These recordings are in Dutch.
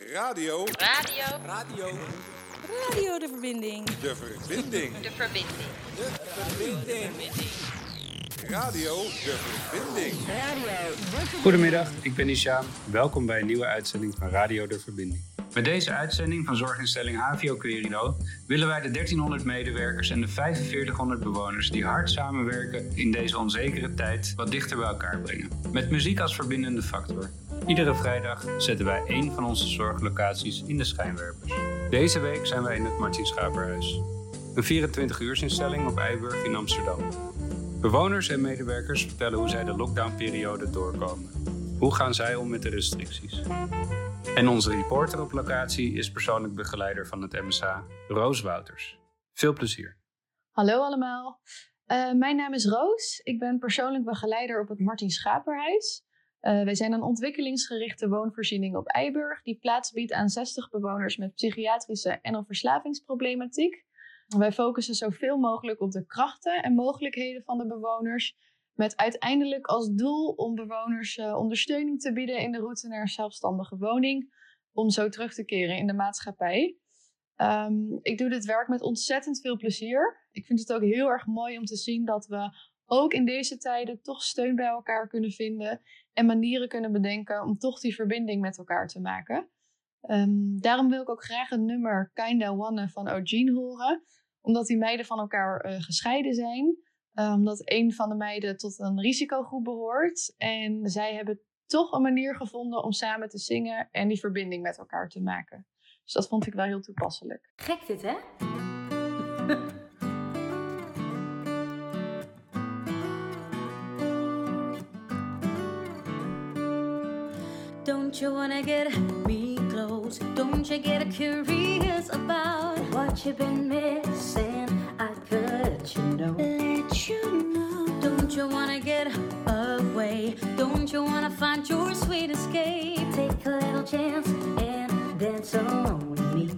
Radio. Radio de Verbinding. De Verbinding. De Verbinding. Radio de Verbinding. Goedemiddag, ik ben Ishaan. Welkom bij een nieuwe uitzending van Radio de Verbinding. Met deze uitzending van zorginstelling HVO Querido willen wij de 1300 medewerkers en de 4500 bewoners die hard samenwerken in deze onzekere tijd wat dichter bij elkaar brengen. Met muziek als verbindende factor. Iedere vrijdag zetten wij één van onze zorglocaties in de schijnwerpers. Deze week zijn wij in het Martin Schaperhuis. Een 24-uursinstelling op Eiburg in Amsterdam. Bewoners en medewerkers vertellen hoe zij de lockdownperiode doorkomen. Hoe gaan zij om met de restricties? En onze reporter op locatie is persoonlijk begeleider van het MSH, Roos Wouters. Veel plezier. Hallo allemaal, mijn naam is Roos. Ik ben persoonlijk begeleider op het Martin Schaperhuis. Wij zijn een ontwikkelingsgerichte woonvoorziening op Eiburg die plaats biedt aan 60 bewoners met psychiatrische en/of verslavingsproblematiek. Wij focussen zoveel mogelijk op de krachten en mogelijkheden van de bewoners, met uiteindelijk als doel om bewoners ondersteuning te bieden in de route naar een zelfstandige woning, om zo terug te keren in de maatschappij. Ik doe dit werk met ontzettend veel plezier. Ik vind het ook heel erg mooi om te zien dat we ook in deze tijden toch steun bij elkaar kunnen vinden en manieren kunnen bedenken om toch die verbinding met elkaar te maken. Daarom wil ik ook graag het nummer Kinda Wanna van O'Gene horen, omdat die meiden van elkaar gescheiden zijn. Omdat een van de meiden tot een risicogroep behoort. En zij hebben toch een manier gevonden om samen te zingen en die verbinding met elkaar te maken. Dus dat vond ik wel heel toepasselijk. Gek dit, hè? Don't you wanna get me close? Don't you get curious about what you've been missing? I could let you know. Don't you wanna get away? Don't you wanna find your sweet escape? Take a little chance and dance along with me.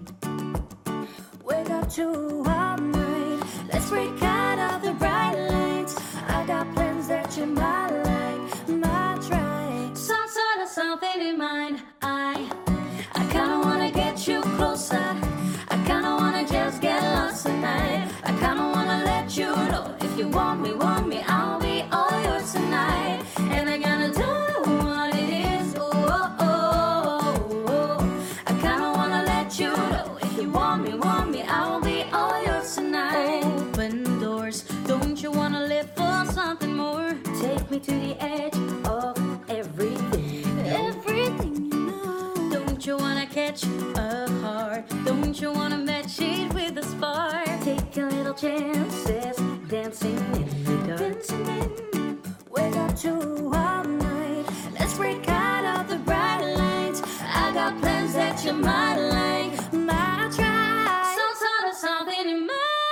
Wake up to our night. Let's break out of the bright lights. I got plans that you might like, might try. Some sort of something in mind. I kinda wanna get you closer. I kinda wanna just get lost tonight. I kinda wanna let you know if you want me, I'll be all yours tonight. And I gotta do what it is. Oh, oh, oh, oh. I kinda wanna let you know if you want me, I'll be all yours tonight. Open doors, don't you wanna live for something more? Take me to the edge of everything, everything you know. Don't you wanna catch a heart? Don't you wanna match it with a spark? Take a little chances, dancing in the dark. Wake up to all night. Let's break out of the bright lights. I got plans that you might like, might try. Some sort of something in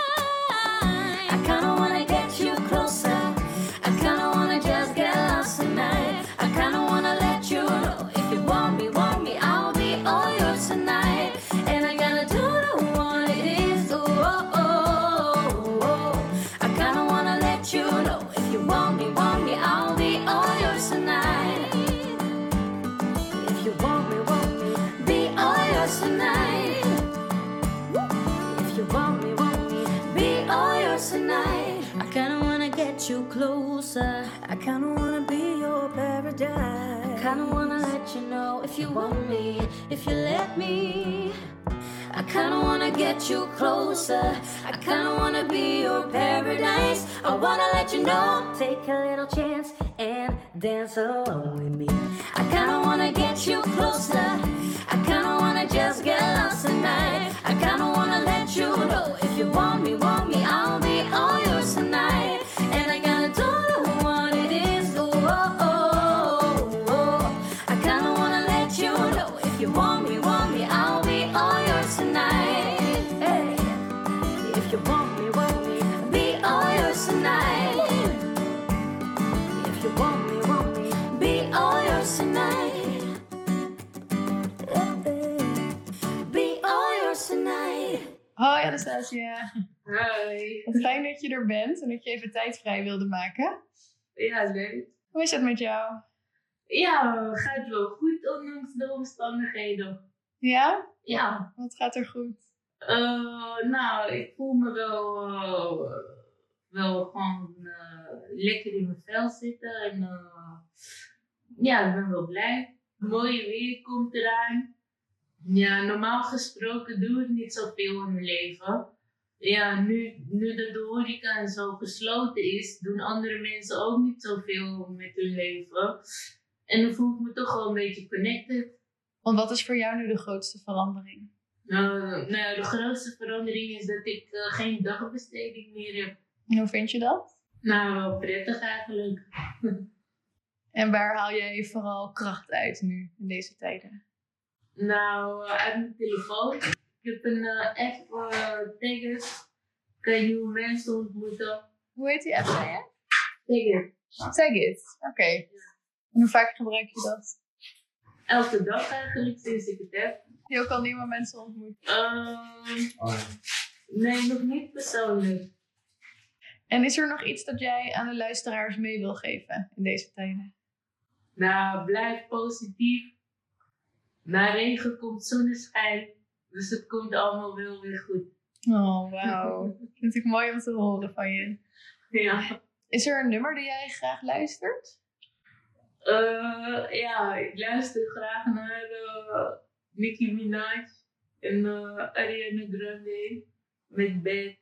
mind. I kinda wanna get you closer. I kinda wanna just get lost tonight. I kinda wanna let you know if you want me, I'll be all yours tonight. And I gotta do what it is. Oh, oh, oh, oh. I kinda wanna let you know if you want me, I'll be all yours tonight. If you want me, be all yours tonight. If you want me, be all yours tonight. I kinda wanna get you closer. I kinda wanna be your paradise. I kinda wanna let you know if you want me, if you let me. I kinda wanna get you closer. I kinda wanna be your paradise. I wanna let you know. Take a little chance and dance along with me. I kinda wanna get you closer. I kinda wanna just get lost tonight. I kinda wanna let you know if you want me, I'll be all yours tonight. And I gotta do what it is. Oh, oh, oh, oh. I kinda wanna let you know if you want me, I'll be all yours tonight. Hey, if you want me, be all yours tonight. If you want me, be all yours tonight. Be all yours tonight. Hoi Anastasia. Hoi. Wat fijn dat je er bent en dat je even tijd vrij wilde maken. Ja, leuk. Hoe is het met jou? Ja, gaat wel goed ondanks de omstandigheden. Ja? Ja. Wat gaat er goed? Nou, ik voel me wel gewoon lekker in mijn vel zitten. En ja, ik ben wel blij. Mooie weer komt eraan. Ja, normaal gesproken doe ik niet zoveel in mijn leven. Ja, nu dat de horeca en zo gesloten is, doen andere mensen ook niet zoveel met hun leven. En dan voel ik me toch wel een beetje connected. Want wat is voor jou nu de grootste verandering? Nou, de grootste verandering is dat ik geen dagbesteding meer heb. En hoe vind je dat? Nou, wel prettig eigenlijk. En waar haal jij vooral kracht uit nu, in deze tijden? Nou, uit mijn telefoon. Ik heb een app Taggers. Kan je nieuwe mensen ontmoeten. Hoe heet die app, zei je? Taggers. Tagit. Oké. En hoe vaak gebruik je dat? Elke dag eigenlijk sinds ik het heb. Je ook al nieuwe mensen ontmoet. Nee, nog niet persoonlijk. En is er nog iets dat jij aan de luisteraars mee wil geven in deze tijden? Nou, blijf positief. Na regen komt zonneschijn. Dus het komt allemaal wel weer goed. Oh, wauw. Vind ik mooi om te horen van je. Ja. Is er een nummer die jij graag luistert? Ja, ik luister graag naar Nicki Minaj en Ariana Grande met Bad.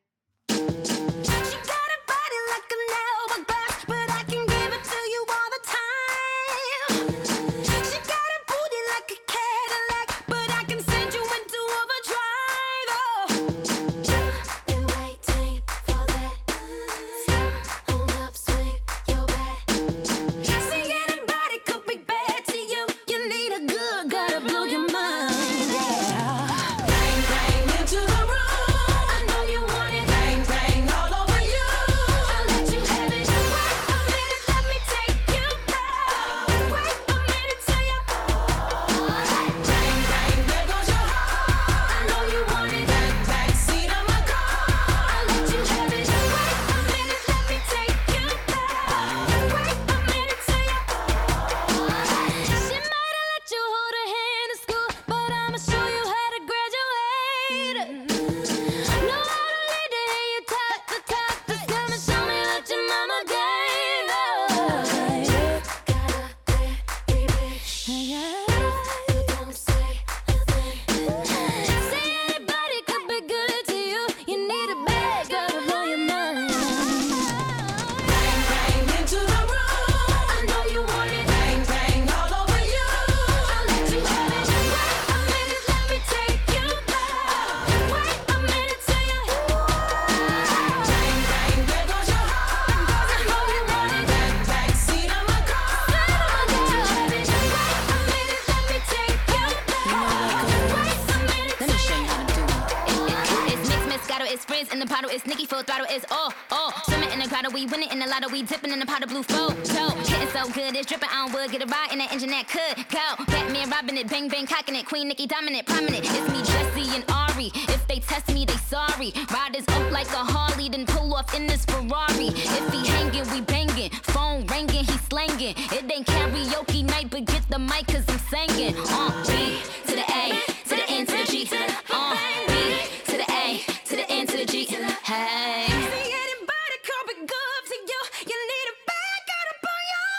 In the bottle, it's Nicki full throttle, it's all. Swimming in the grotto, we winning in the lotto, we dipping in the pot of blue flow. Getting so good, it's dripping on wood, get a ride in that engine that could go. Batman robbing it, bang bang cocking it, Queen Nicki dominant, prominent. It's me, Jesse and Ari. If they test me, they sorry. Riders up like a Harley, then pull off in this Ferrari. If he hanging, we banging. Phone ringing, he slanging. It ain't karaoke night, but get the mic 'cause I'm singing. B to the A, to the N to the G, to the B to the A, to the N to the G. Hey. See anybody coming good to you? You need a bag, gotta put your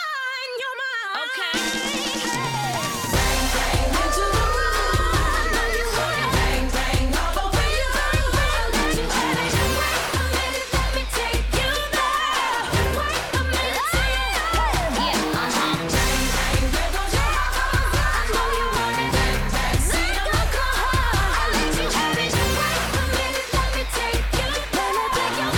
mind. Okay. Bang bang into the room. I know you want it. Bang bang all over you. I'll let you have it. Wait a minute, let me take you there. Wait a minute, yeah, Bang bang, there goes your heart. I know you want it. Bang bang, see the look on her. I'll let you have it. Wait a minute, let me take you there. Wait a minute, Bang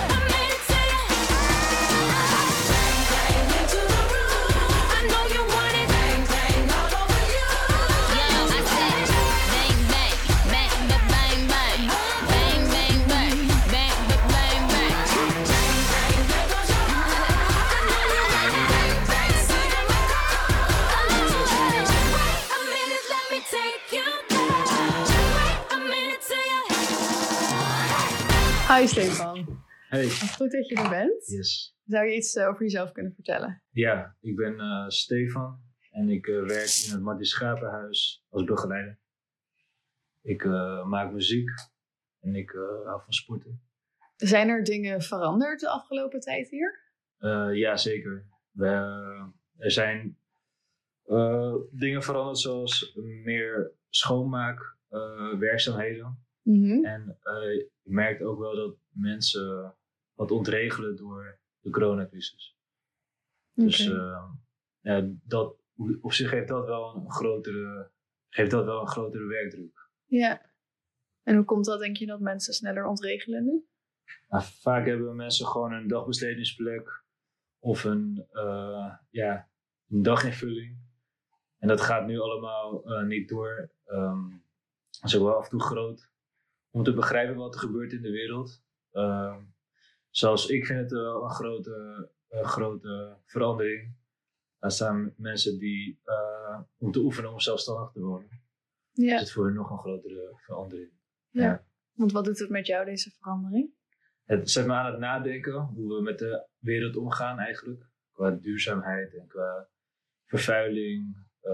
bang into the room. I know you want it. Bang bang all over you. Yo, I said bang bang, bang bang bang bang, bang bang bang, bang bang bang. Bang bang, there goes your heart. I know you want it. Bang bang, see the look on her. I'll let you have it. Wait a minute, let me take you there. Wait a minute till you. Hi Stefan, Hey, wat goed dat je er bent. yes. Zou je iets over jezelf kunnen vertellen? Ja, ik ben Stefan en ik werk in het Martin Schapenhuis als begeleider. Ik maak muziek en ik hou van sporten. Zijn er dingen veranderd de afgelopen tijd hier? Ja, zeker. Er zijn dingen veranderd zoals meer schoonmaak, werkzaamheden. Mhm. En je merkt ook wel dat mensen wat ontregelen door de coronacrisis. Dus ja, dat, op zich geeft dat wel een grotere werkdruk. Ja. En hoe komt dat, denk je, dat mensen sneller ontregelen nu? Nou, vaak hebben mensen gewoon een dagbestedingsplek of een daginvulling. En dat gaat nu allemaal niet door. Dat is ook wel af en toe groot om te begrijpen wat er gebeurt in de wereld. Zoals ik vind het wel een grote verandering. Daar staan mensen die om te oefenen om zelfstandig te wonen. Ja. Dus het voor hen nog een grotere verandering. Ja. Want wat doet het met jou, deze verandering? Het zet me aan het nadenken hoe we met de wereld omgaan eigenlijk. Qua duurzaamheid en qua vervuiling.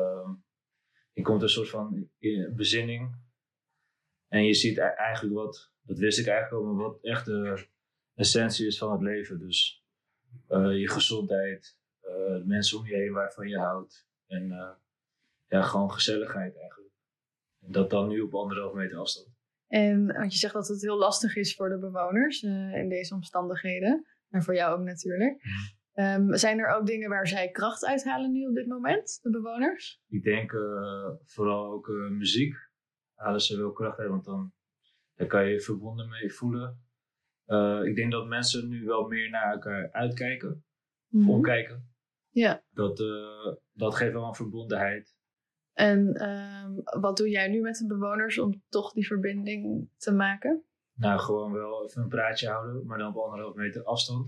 Je komt een soort van bezinning. En je ziet eigenlijk dat wist ik eigenlijk al, maar wat echt de essentie is van het leven. Dus je gezondheid, de mensen om je heen waarvan je houdt. En gewoon gezelligheid eigenlijk. En dat dan nu op 1,5 meter afstand. En want je zegt dat het heel lastig is voor de bewoners in deze omstandigheden. En voor jou ook natuurlijk. Zijn er ook dingen waar zij kracht uithalen nu op dit moment, de bewoners? Ik denk vooral ook muziek. Halen ze wel kracht uit, want daar kan je je verbonden mee voelen. Ik denk dat mensen nu wel meer naar elkaar uitkijken. Of omkijken. Ja. Dat geeft wel een verbondenheid. En wat doe jij nu met de bewoners om toch die verbinding te maken? Nou, gewoon wel even een praatje houden, maar dan op 1,5 meter afstand.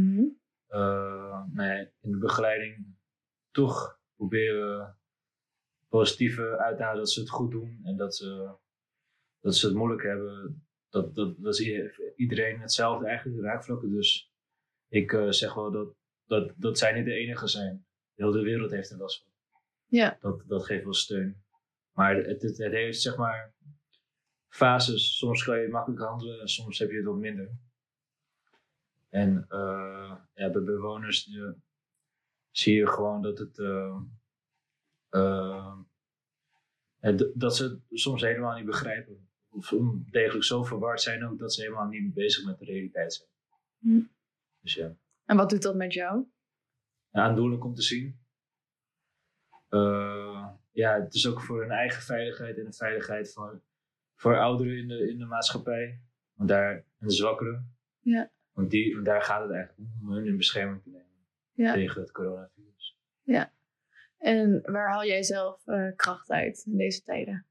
In de begeleiding toch proberen positieve uit te halen dat ze het goed doen en dat ze het moeilijk hebben. Dat iedereen hetzelfde eigenlijk, de raakvlakken. Dus ik zeg wel dat zij niet de enige zijn. Heel de wereld heeft er last van. Ja. Dat geeft wel steun. Maar het heeft zeg maar fases. Soms kan je makkelijk handelen en soms heb je het wat minder. En bij bewoners zie je gewoon dat dat ze het soms helemaal niet begrijpen. Of degelijk zo verward zijn ook dat ze helemaal niet bezig met de realiteit zijn. Dus ja. En wat doet dat met jou? Aandoenlijk om te zien. Het is ook voor hun eigen veiligheid en de veiligheid voor ouderen in de maatschappij. En de zwakkeren. Ja. Want daar gaat het eigenlijk om hun in bescherming te nemen tegen het coronavirus. Ja. En waar haal jij zelf kracht uit in deze tijden?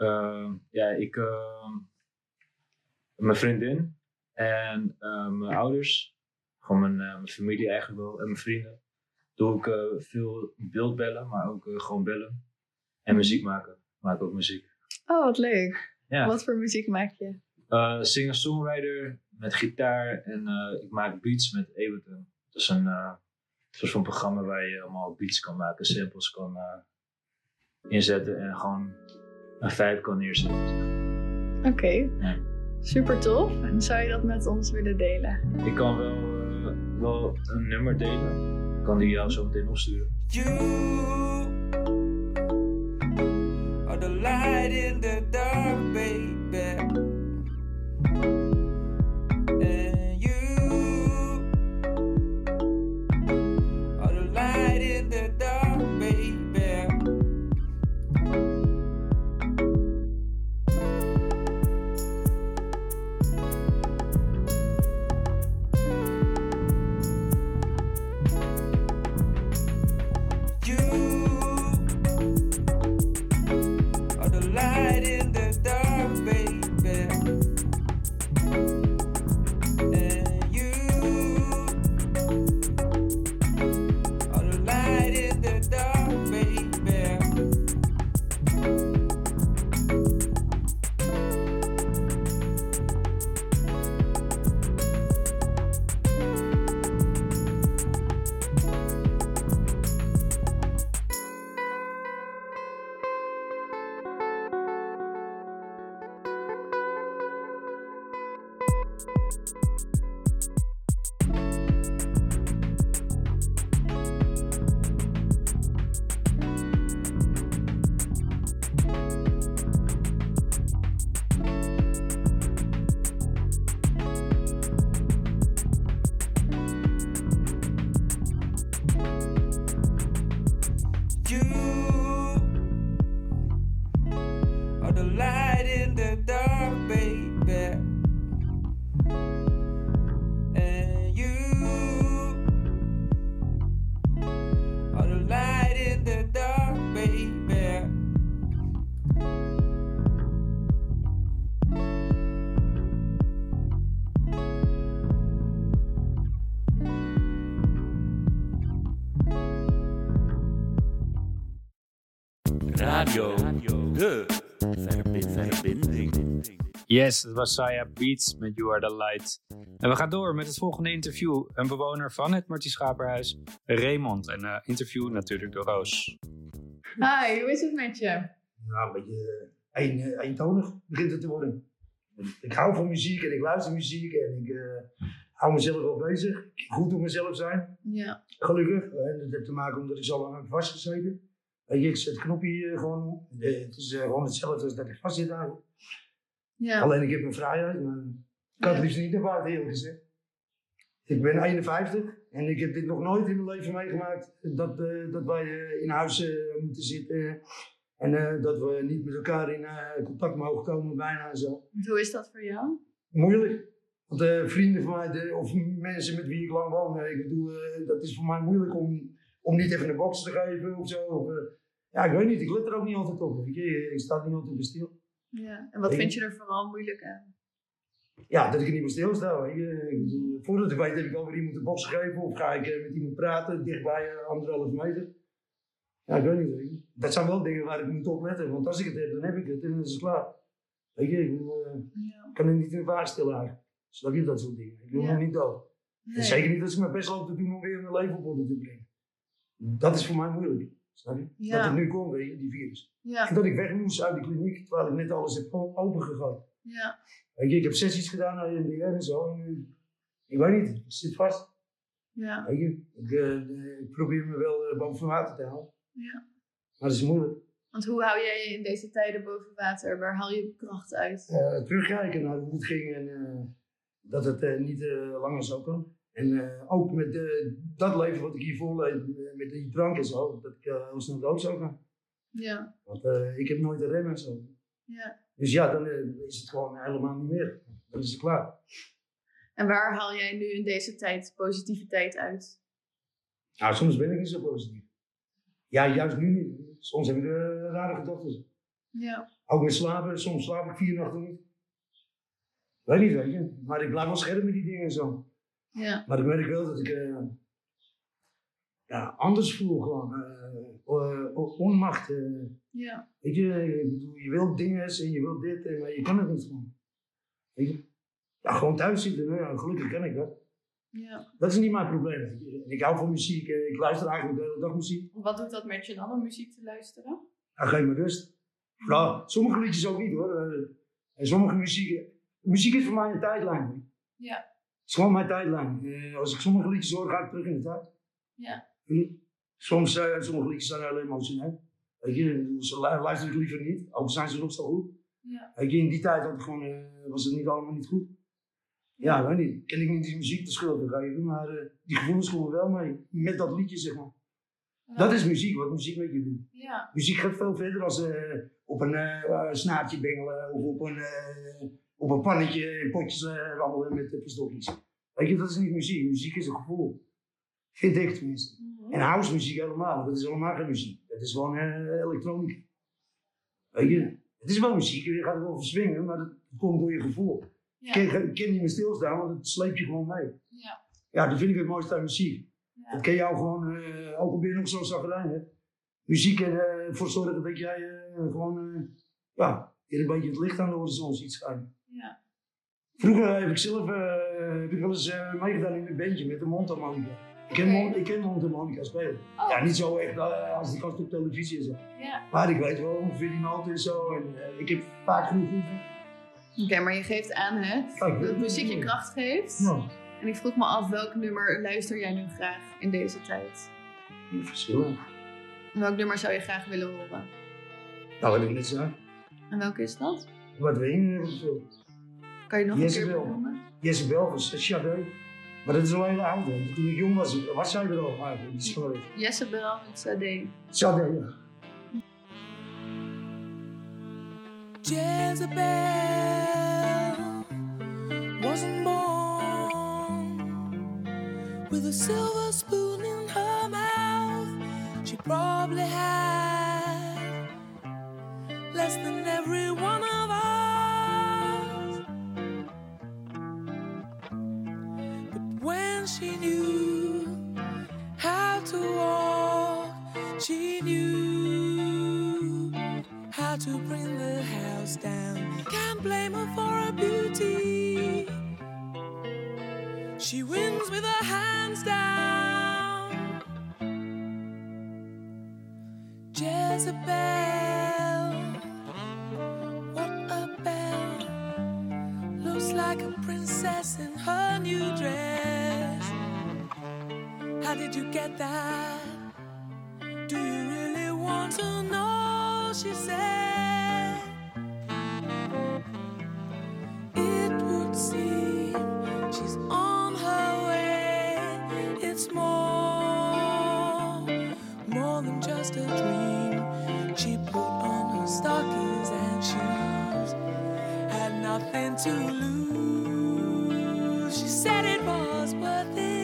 Mijn vriendin en mijn ouders, gewoon mijn familie eigenlijk wel en mijn vrienden. Doe ik veel beeldbellen, maar ook gewoon bellen. En muziek maken. Ik maak ook muziek. Oh, wat leuk. Ja. Wat voor muziek maak je? Singer-songwriter met gitaar en ik maak beats met Ableton. Dat is een soort van programma waar je allemaal beats kan maken, samples kan inzetten en gewoon een vibe kan neerzetten. Oké. Ja. Super tof. En zou je dat met ons willen delen? Ik kan wel een nummer delen. Ik kan die jou zo meteen opsturen. You are the light in the dark, baby. And you are the light in the dark, baby. You are the light in the dark, baby. And you are the light in the dark, baby. Radio, de verbinding. Yes, dat was Saya Beats met You Are The Light. En we gaan door met het volgende interview. Een bewoner van het Martin Schaperhuis, Raymond. En interview natuurlijk door Roos. Hi, hoe is het met je? Nou, een beetje eentonig begint het te worden. Ik hou van muziek en ik luister muziek en ik hou mezelf wel bezig. Ik kan goed op mezelf zijn, Ja. gelukkig. En dat heeft te maken omdat ik zo lang heb vastgezeten. Weet je, ik zet het knopje gewoon om. Het is gewoon hetzelfde als dat ik vastzit eigenlijk. Ja. Alleen ik heb mijn vrijheid, maar ik kan het liefst niet naar buiten, eerlijk gezegd. Ik ben 51 en ik heb dit nog nooit in mijn leven meegemaakt. Dat wij in huis moeten zitten. En dat we niet met elkaar in contact mogen komen bijna en zo. Hoe is dat voor jou? Moeilijk. Want vrienden van mij, of mensen met wie ik lang woon, ik bedoel, dat is voor mij moeilijk om niet even een box te geven of zo. Of, ja, ik weet niet, ik let er ook niet altijd op. Weet je? Ik sta niet altijd bij stil. Ja. En wat vind je er vooral moeilijk aan? Ja, dat ik er niet bij stil sta. Weet je? Ik bedoel, voordat ik weet heb ik alweer iemand een box gegeven of ga ik met iemand praten, dichtbij 1,5 meter. Ja, ik weet niet. Weet je. Dat zijn wel dingen waar ik moet op letten, want als ik het heb, dan heb ik het en dan is het klaar. Weet je, ik kan er niet in de wagen stellen eigenlijk. Snap je dat soort dingen? Ik wil nog niet dood. Nee. En zeker niet als ik mijn best loop te doen om weer mijn leven op orde te brengen. Dat is voor mij moeilijk. Snap je? Ja. Dat het nu komt, weet je, die virus. Ja. En dat ik weg moest uit de kliniek, terwijl ik net alles heb opengegooid. Ja. Weet je, ik heb sessies gedaan naar NDR en zo. En, ik weet niet, ik zit vast. Ja. Weet je, ik probeer me wel boven water te houden. Ja. Maar dat is moeilijk. Want hoe hou jij je in deze tijden boven water? Waar haal je kracht uit? Terugkijken naar hoe het ging en dat het niet langer zo kan. En ook met dat leven wat ik hiervoor leef, met die drank en zo, dat ik heel snel dood zou gaan. Ja. Want ik heb nooit een rem en zo. Ja. Dus ja, dan is het gewoon helemaal niet meer. Dan is het klaar. En waar haal jij nu in deze tijd positiviteit uit? Nou, soms ben ik niet zo positief. Ja, juist nu niet. Soms heb ik rare gedachten. Ja. Ook met slapen, soms slaap ik 4 nachten niet. Weet niet, weet je. Maar ik blijf wel scherp met die dingen en zo. Ja. Maar ik merk wel dat ik anders voel gewoon. Onmacht. Ja. Weet je, ik bedoel, je wilt dingen en je wilt dit, maar je kan het niet gewoon. Weet je? Ja, gewoon thuis zitten, nou, gelukkig kan ik dat. Ja. Dat is niet mijn probleem. Weet je. Ik hou van muziek en ik luister eigenlijk de hele dag muziek. Wat doet dat met je dan om muziek te luisteren? Dan geef me rust. Nou, sommige liedjes ook niet hoor. En sommige muziek is voor mij een tijdlijn. Ja. Het is gewoon mijn tijdlijn. Als ik sommige liedjes hoor, ga ik terug in de tijd. Ja. Soms sommige liedjes zijn heel emotioneel. Weet je, dus luister ik liever niet, ook zijn ze nog zo goed. Ja. Weet je, in die tijd had ik gewoon, was het niet allemaal niet goed. Ja, weet niet. Ken ik niet die muziek de schuld te geven, maar die gevoelens komen wel mee. Met dat liedje, zeg maar. Ja. Dat is muziek, wat muziek met je doet. Ja. Muziek gaat veel verder als op een snaartje bengelen of op een pannetje in potjes rammelen met pistoltjes. Weet je, dat is niet muziek. Muziek is een gevoel. Vind ik tenminste. En house muziek helemaal, dat is helemaal geen muziek. Het is gewoon elektronica. Weet je, het is wel muziek, je gaat er wel verswingen, maar het komt door je gevoel. Ja. Je kan niet meer stilstaan, want het sleept je gewoon mee. Ja. Ja, dat vind ik het mooiste aan muziek. Ja. Dat kan jou gewoon, ook al ben je nog zo'n zagrijn hebt, muziek ervoor zorgen dat jij gewoon, weer een beetje het licht aan de horizon ziet schijnen. Ja. Vroeger heb ik zelf wel eens meegedaan in een bandje met een mondharmonica. Ik ken mondharmonica spelen. Oh. Ja, niet zo echt als die gast op televisie en zo. Ja. Maar ik weet wel ongeveer die noten en zo. En ik heb vaak genoeg geoefend. Oké, maar je geeft aan dat muziek je kracht geeft. Ja. En ik vroeg me af, welk nummer luister jij nu graag in deze tijd? Verschillend. En welk nummer zou je graag willen horen? Nou, wat ik net zei. En welke is dat? Wat we of zo. Kan je nog een keer benoemen? Jezebel van Sade. Maar dat is al heel oud. Toen ik jong was zij er al eigenlijk. Die school. Jezebel met Sade. Sade, ja. Jezebel wasn't born with a silver spoon in her mouth. She probably had less than every one of us. But when she knew how to walk, she knew how to bring the house down. Can't blame her for her beauty. She wins with her hands down. Jezebel, what a belle. Looks like a princess in her new dress. How did you get that? Do you really want to know? She said, it would seem she's on her way. It's more than just a dream. She put on her stockings and shoes, had nothing to lose. She said it was worth it.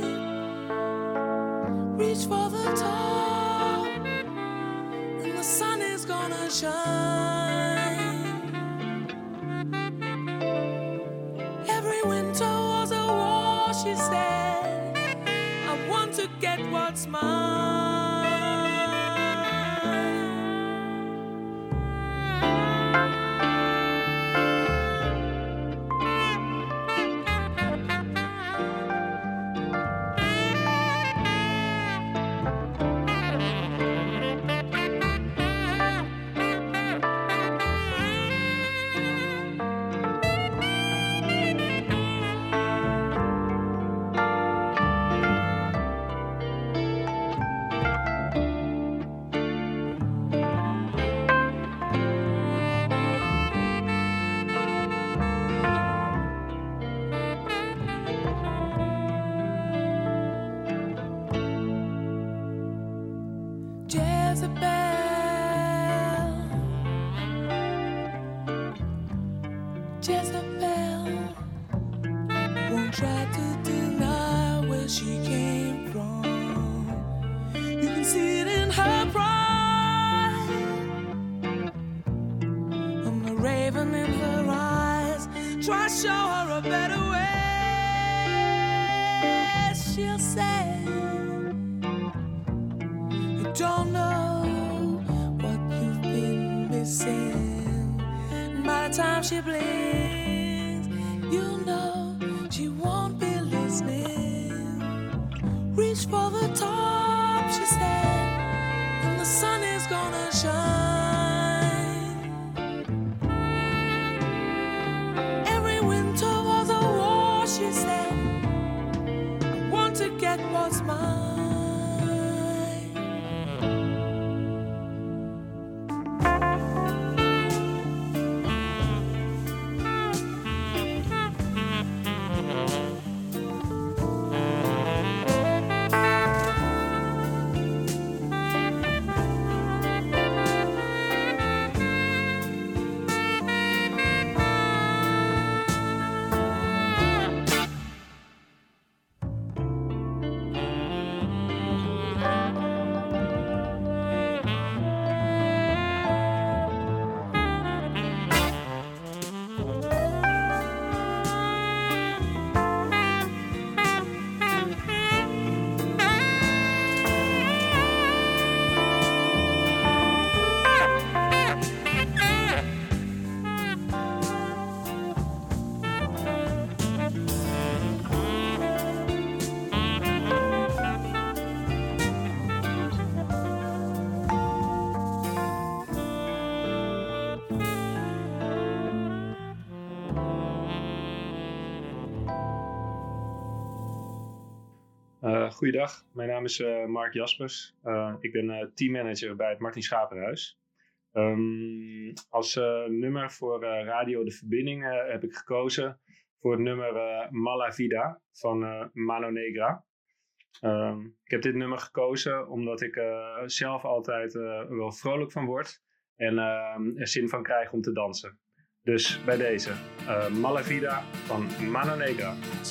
Reach for the top, and the sun is gonna shine. Every winter was a war, she said. I want to get what's mine. Jezebel won't try to deny where she came from. You can see it in her pride, and the raven in her eyes. Try to show her a better way. She'll say, you don't know what you've been missing. And by the time she blinks, you know she won't be listening. Reach for the top, she said, and the sun is gonna shine. Every winter was a war, she said. I want to get what's mine. Goeiedag, mijn naam is Mark Jaspers. Ik ben teammanager bij het Martin Schapenhuis. Als nummer voor Radio De Verbinding heb ik gekozen voor het nummer Mala Vida van Mano Negra. Ik heb dit nummer gekozen omdat ik zelf altijd wel vrolijk van word en er zin van krijg om te dansen. Dus bij deze, Mala Vida van Mano Negra.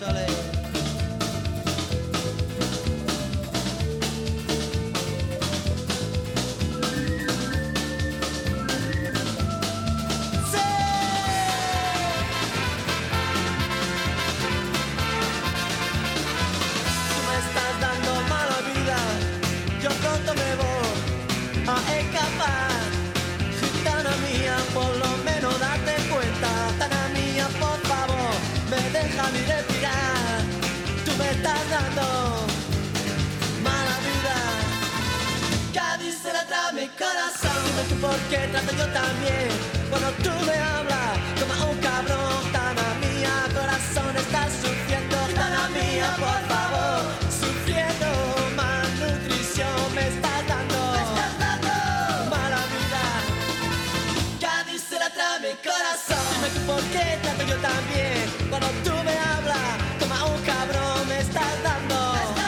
Porque trato yo también cuando tú me hablas como a un cabrón. Tana mía, corazón estás sufriendo. Tana mía, por favor, sufriendo. Malnutrición me estás dando. Mala vida, Cádiz se la trae mi corazón. Dime tú por qué trato yo también cuando tú me hablas como a un cabrón. Me estás dando.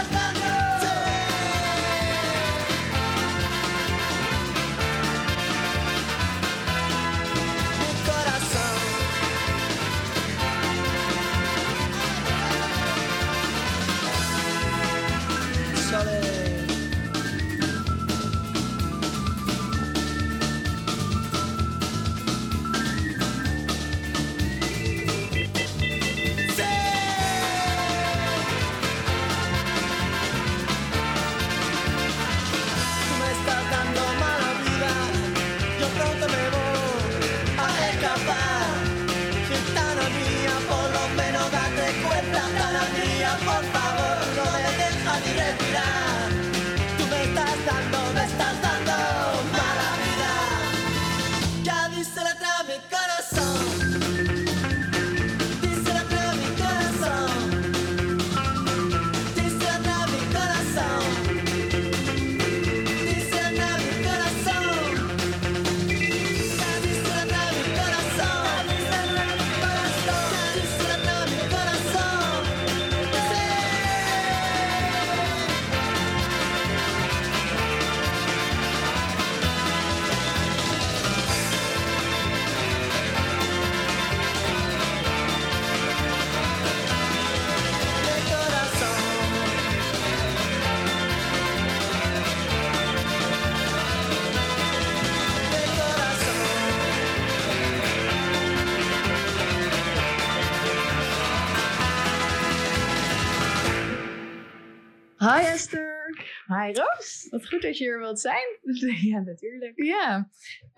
Hi Esther. Hi Roos. Wat goed dat je hier wilt zijn. Ja, natuurlijk. Ja.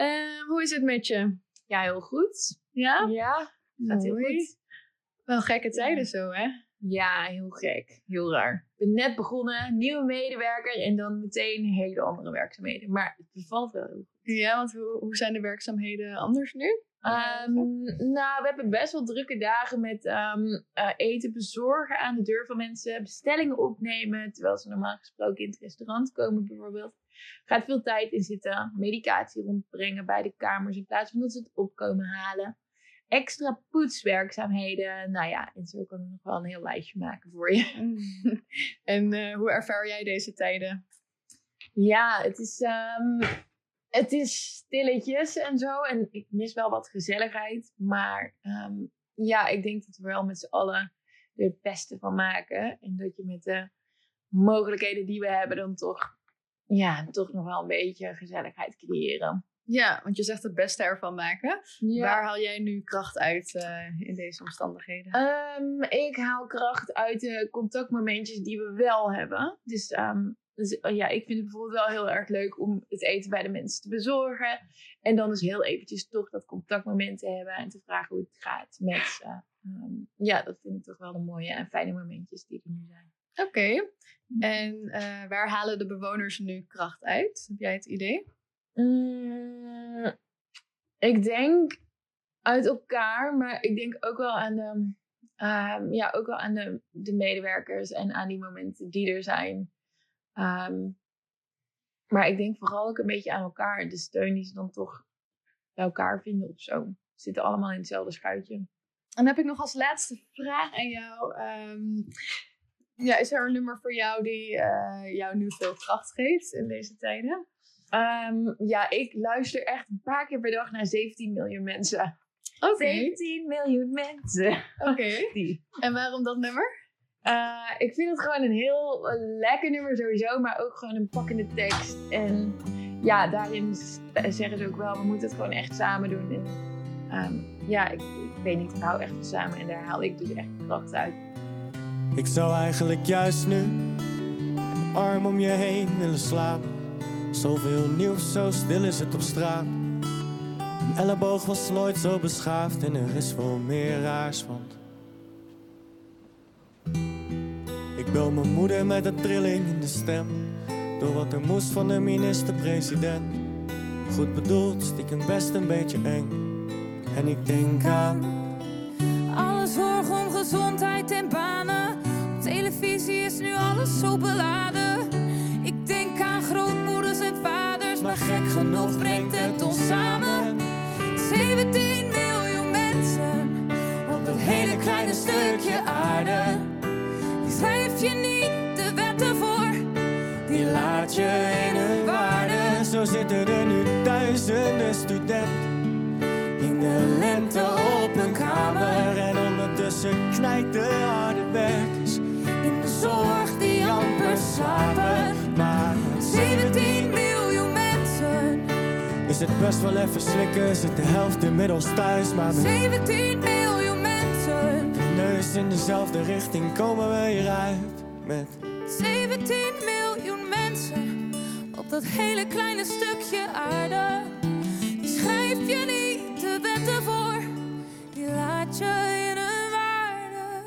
Hoe is het met je? Ja, heel goed. Ja? Ja, gaat heel goed. Wel gekke tijden zo, hè? Ja, heel gek. Heel raar. Ik ben net begonnen, nieuwe medewerker en dan meteen hele andere werkzaamheden. Maar het bevalt wel heel goed. Ja, want hoe zijn de werkzaamheden anders nu? Nou, we hebben best wel drukke dagen met eten bezorgen aan de deur van mensen. Bestellingen opnemen, terwijl ze normaal gesproken in het restaurant komen bijvoorbeeld. Er gaat veel tijd in zitten. Medicatie rondbrengen bij de kamers in plaats van dat ze het opkomen halen. Extra poetswerkzaamheden. Nou ja, en zo kan ik nog wel een heel lijstje maken voor je. En hoe ervaar jij deze tijden? Ja, het is stilletjes en zo. En ik mis wel wat gezelligheid. Maar ja, ik denk dat we wel met z'n allen er het beste van maken. En dat je met de mogelijkheden die we hebben dan toch nog wel een beetje gezelligheid creëren. Ja, want je zegt het beste ervan maken. Ja. Waar haal jij nu kracht uit in deze omstandigheden? Ik haal kracht uit de contactmomentjes die we wel hebben. Dus ja, ik vind het bijvoorbeeld wel heel erg leuk om het eten bij de mensen te bezorgen. En dan dus heel eventjes toch dat contactmoment te hebben en te vragen hoe het gaat met ze. Ja, dat vind ik toch wel de mooie en fijne momentjes die er nu zijn. Oké. En waar halen de bewoners nu kracht uit? Heb jij het idee? Ik denk uit elkaar, maar ik denk ook wel aan Ja, ook wel aan de medewerkers en aan die momenten die er zijn. Maar ik denk vooral ook een beetje aan elkaar. De steun die ze dan toch bij elkaar vinden of zo. We zitten allemaal in hetzelfde schuitje. En dan heb ik nog als laatste vraag aan jou. Is er een nummer voor jou die jou nu veel kracht geeft in deze tijden? Ik luister echt een paar keer per dag naar 17 miljoen mensen. Oké. 17 miljoen mensen. Oké. En waarom dat nummer? Ik vind het gewoon een heel lekker nummer sowieso, maar ook gewoon een pakkende tekst. En ja, daarin zeggen ze ook wel, we moeten het gewoon echt samen doen. En ik weet niet, ik hou echt van samen en daar haal ik dus echt kracht uit. Ik zou eigenlijk juist nu een arm om je heen willen slapen. Zoveel nieuws, zo stil is het op straat. Een elleboog was nooit zo beschaafd en er is veel meer raars, want ik bel mijn moeder met een trilling in de stem, door wat er moest van de minister-president. Goed bedoeld, stiekem best een beetje eng. En ik denk aan alle zorg om gezondheid en banen. Op televisie is nu alles zo beladen. Ik denk aan grootmoeders en vaders, maar gek genoeg brengt het ons samen. 17 miljoen mensen op dat hele kleine stukje aarde. Die schrijf je niet de wetten voor, die laat je in hun waarde. Zo zitten er nu duizenden studenten in de lente op een kamer. En ondertussen knijpt de harde werkers in de zorg die amper slapen. Maar 17 miljoen mensen is het best wel even slikken, zit de helft inmiddels thuis. Maar met 17 miljoen mensen, neus in dezelfde richting komen we hieruit. Met 17 miljoen mensen op dat hele kleine stukje aarde. Die schrijf je niet de wetten voor, die laat je in hun waarde.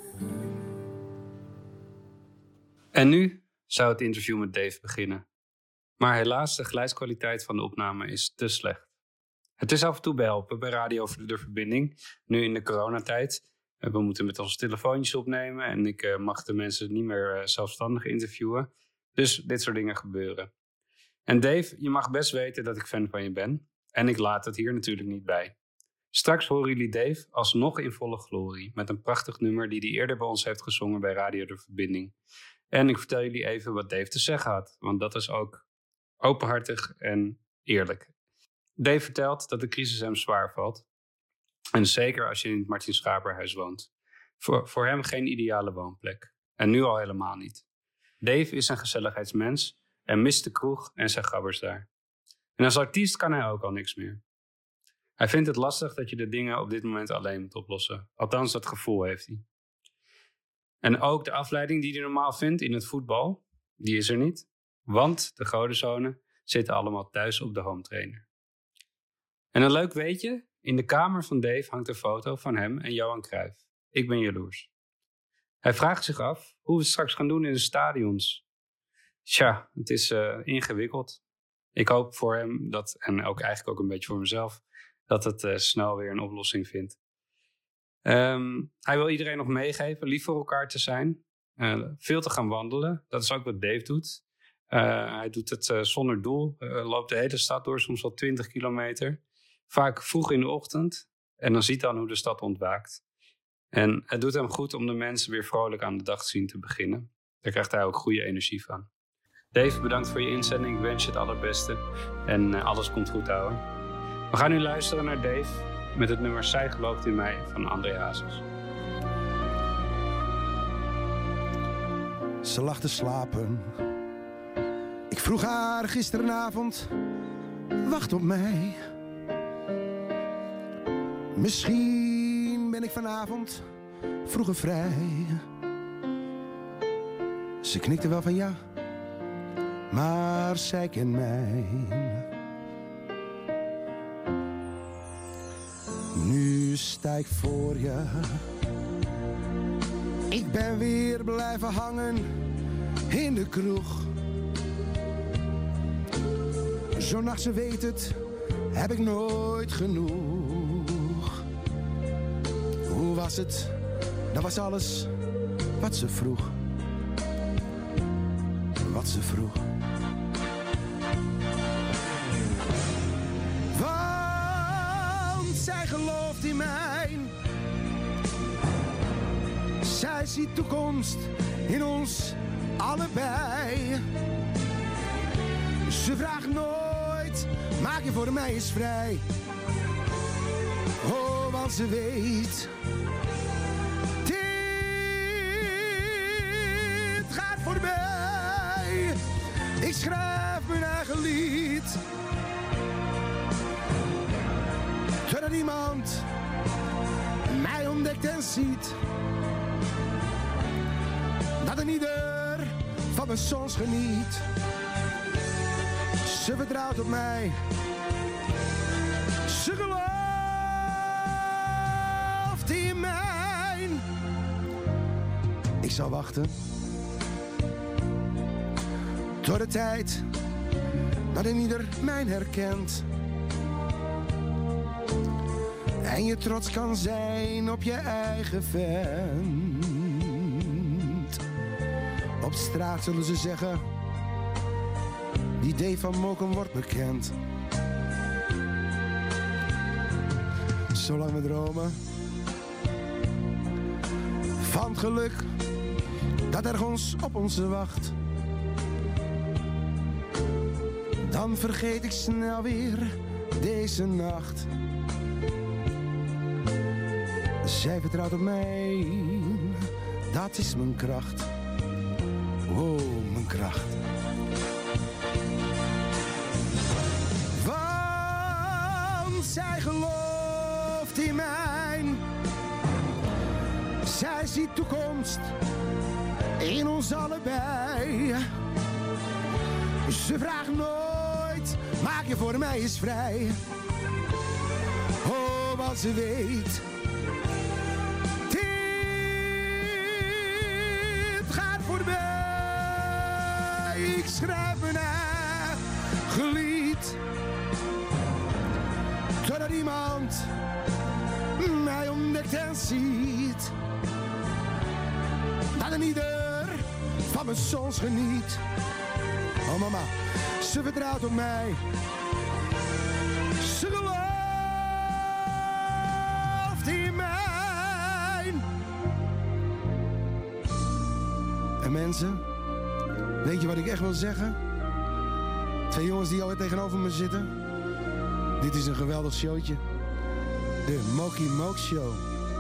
En nu zou het interview met Dave beginnen. Maar helaas, de geluidskwaliteit van de opname is te slecht. Het is af en toe behelpen bij Radio de Verbinding, nu in de coronatijd. We moeten met onze telefoontjes opnemen en ik mag de mensen niet meer zelfstandig interviewen. Dus dit soort dingen gebeuren. En Dave, je mag best weten dat ik fan van je ben. En ik laat het hier natuurlijk niet bij. Straks horen jullie Dave alsnog in volle glorie, met een prachtig nummer die hij eerder bij ons heeft gezongen bij Radio de Verbinding. En ik vertel jullie even wat Dave te zeggen had, want dat is ook openhartig en eerlijk. Dave vertelt dat de crisis hem zwaar valt. En zeker als je in het Martin Schaperhuis woont. Voor hem geen ideale woonplek. En nu al helemaal niet. Dave is een gezelligheidsmens en mist de kroeg en zijn gabbers daar. En als artiest kan hij ook al niks meer. Hij vindt het lastig dat je de dingen op dit moment alleen moet oplossen. Althans, dat gevoel heeft hij. En ook de afleiding die hij normaal vindt in het voetbal, die is er niet. Want de godenzonen zitten allemaal thuis op de home trainer. En een leuk weetje, in de kamer van Dave hangt een foto van hem en Johan Cruijff. Ik ben jaloers. Hij vraagt zich af hoe we het straks gaan doen in de stadions. Tja, het is ingewikkeld. Ik hoop voor hem, en ook eigenlijk ook een beetje voor mezelf, dat het snel weer een oplossing vindt. Hij wil iedereen nog meegeven, lief voor elkaar te zijn. Veel te gaan wandelen, dat is ook wat Dave doet. Hij doet het zonder doel, loopt de hele stad door, soms wel 20 kilometer. Vaak vroeg in de ochtend en dan ziet dan hoe de stad ontwaakt. En het doet hem goed om de mensen weer vrolijk aan de dag te zien te beginnen. Daar krijgt hij ook goede energie van. Dave, bedankt voor je inzending. Ik wens je het allerbeste en alles komt goed, ouwe. We gaan nu luisteren naar Dave met het nummer Zij gelooft in mij van André Hazes. Ze lag te slapen. Ik vroeg haar gisteravond, wacht op mij. Misschien ben ik vanavond vroeger vrij. Ze knikte wel van ja, maar zij kent mij. Nu sta ik voor je. Ik ben weer blijven hangen in de kroeg. Zo'n nacht, ze weet het, heb ik nooit genoeg. Hoe was het Dat was alles wat ze vroeg. Wat ze vroeg. Want zij gelooft in mij. Zij ziet toekomst in ons allebei. Ze vraagt nooit, maak je voor mij eens vrij. Oh, want ze weet, dit gaat voorbij. Ik schrijf mijn eigen lied. Totdat iemand mij ontdekt en ziet. Dat een ieder van mijn songs geniet. Ze vertrouwt op mij. Ze gelooft in mij. Ik zal wachten. Tot de tijd dat een ieder mij herkent. En je trots kan zijn op je eigen vent. Op straat zullen ze zeggen, die Dave van Mokum wordt bekend. Zolang we dromen van het geluk dat ergens op ons wacht, dan vergeet ik snel weer deze nacht. Zij vertrouwt op mij, dat is mijn kracht. Oh, mijn kracht. Want zij gelooft in mij. Zij ziet toekomst in ons allebei. Ze vraagt nooit, maak je voor mij eens vrij. Oh, want ze weet, dit gaat voorbij. Ik schrijf mijn eigen lied. Totdat iemand mij ontdekt en ziet. Dat een ieder van mijn songs geniet. Oh mama, ze vertrouwt op mij. Ze gelooft in mij. En mensen, weet je wat ik echt wil zeggen? Twee jongens die alweer tegenover me zitten. Dit is een geweldig showtje. De Moki Mook Show.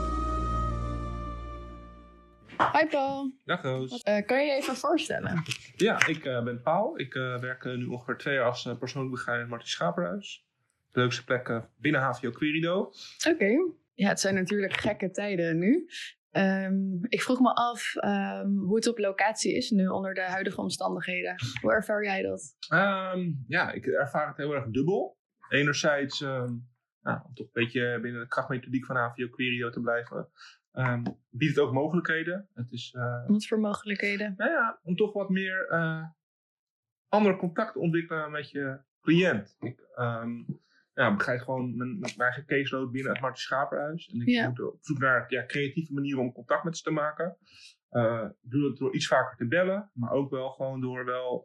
Hi Paul. Dag Roos. Kan je je even voorstellen? Ja, ik ben Paul. Ik werk nu ongeveer 2 jaar als persoonlijk begeleider in Martin Schaperhuis. De leukste plek binnen HVO Querido. Oké. Ja, het zijn natuurlijk gekke tijden nu. Ik vroeg me af hoe het op locatie is nu onder de huidige omstandigheden. Hoe ervaar jij dat? Ja, ik ervaar het heel erg dubbel. Enerzijds om toch een beetje binnen de krachtmethodiek van HVO Querido te blijven. Biedt het ook mogelijkheden. Het is, Wat voor mogelijkheden? Nou ja, om toch wat meer andere contact te ontwikkelen met je cliënt. Ik begrijp gewoon mijn eigen caseload binnen het Martin Schaperhuis. En ik moet op zoek naar creatieve manieren om contact met ze te maken. Ik doe het door iets vaker te bellen, maar ook wel gewoon door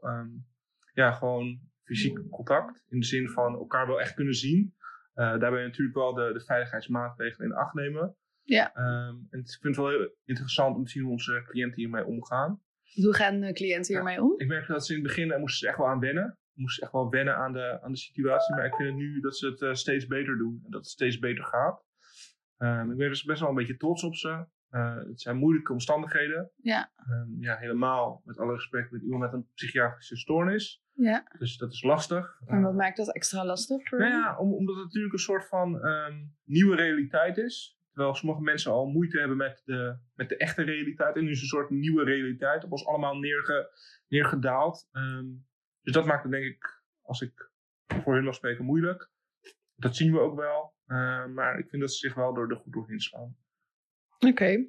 gewoon fysiek contact. In de zin van elkaar wel echt kunnen zien. Daarbij natuurlijk wel de veiligheidsmaatregelen in acht nemen. Ja. En ik vind het wel heel interessant om te zien hoe onze cliënten hiermee omgaan. Hoe gaan cliënten hiermee om? Ik merkte dat ze in het begin moesten ze echt wel aan wennen. Moesten echt wel wennen aan de situatie. Maar ik vind het nu dat ze het steeds beter doen. En dat het steeds beter gaat. Ik ben dus best wel een beetje trots op ze. Het zijn moeilijke omstandigheden. Ja. Helemaal met alle respect met iemand met een psychiatrische stoornis. Ja. Dus dat is lastig. En wat maakt dat extra lastig voor omdat het natuurlijk een soort van nieuwe realiteit is. Terwijl sommige mensen al moeite hebben met de echte realiteit. En nu is een soort nieuwe realiteit op ons allemaal neergedaald. Dus dat maakt het denk ik, als ik voor hun wil spreken, moeilijk. Dat zien we ook wel. Maar ik vind dat ze zich wel er goed doorheen slaan. Oké.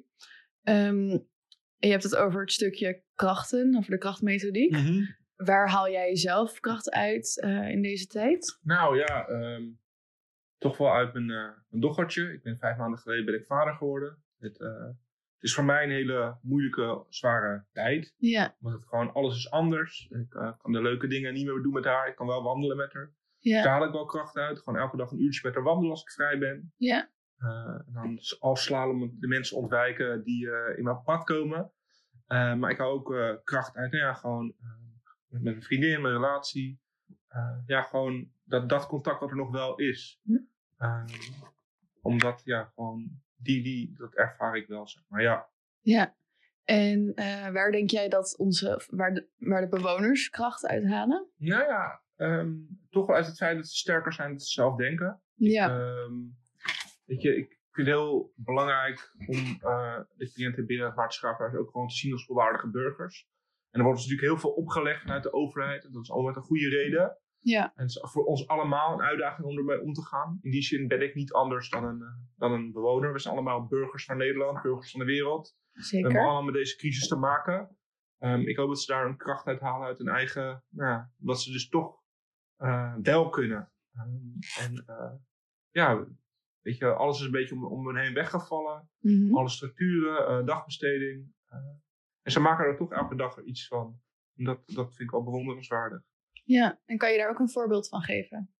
Je hebt het over het stukje krachten, over de krachtmethodiek. Mm-hmm. Waar haal jij zelf kracht uit in deze tijd? Nou ja, toch wel uit mijn dochtertje. Ik ben 5 maanden geleden vader geworden. Het is voor mij een hele moeilijke, zware tijd. Ja. Want het gewoon, alles is anders. Ik kan de leuke dingen niet meer doen met haar. Ik kan wel wandelen met haar. Ja. Daar haal ik wel kracht uit. Gewoon elke dag een uurtje met haar wandelen als ik vrij ben. Ja. En dan afslaan de mensen ontwijken die in mijn pad komen. Maar ik hou ook kracht uit. Gewoon met mijn vriendin, mijn relatie. Gewoon dat contact wat er nog wel is. Omdat, gewoon, dat ervaar ik wel, zeg maar. Ja. Ja. En waar denk jij dat waar de bewoners kracht uithalen? Toch wel uit het feit dat ze sterker zijn dan ze zelf denken. Ja. Weet je, ik vind het heel belangrijk om de cliënten binnen het Maarten Schaaphuis ook gewoon te zien als volwaardige burgers. En er wordt dus natuurlijk heel veel opgelegd vanuit de overheid. En dat is allemaal met een goede reden. Ja. En het is voor ons allemaal een uitdaging om ermee om te gaan. In die zin ben ik niet anders dan een bewoner. We zijn allemaal burgers van Nederland, burgers van de wereld. Zeker. We hebben allemaal met deze crisis te maken. Ik hoop dat ze daar een kracht uit halen uit hun eigen... dat ze dus toch wel kunnen. Weet je, alles is een beetje om hen heen weggevallen. Mhm. Alle structuren, dagbesteding. En ze maken er toch elke dag iets van. En dat vind ik wel bewonderenswaardig. Ja, en kan je daar ook een voorbeeld van geven?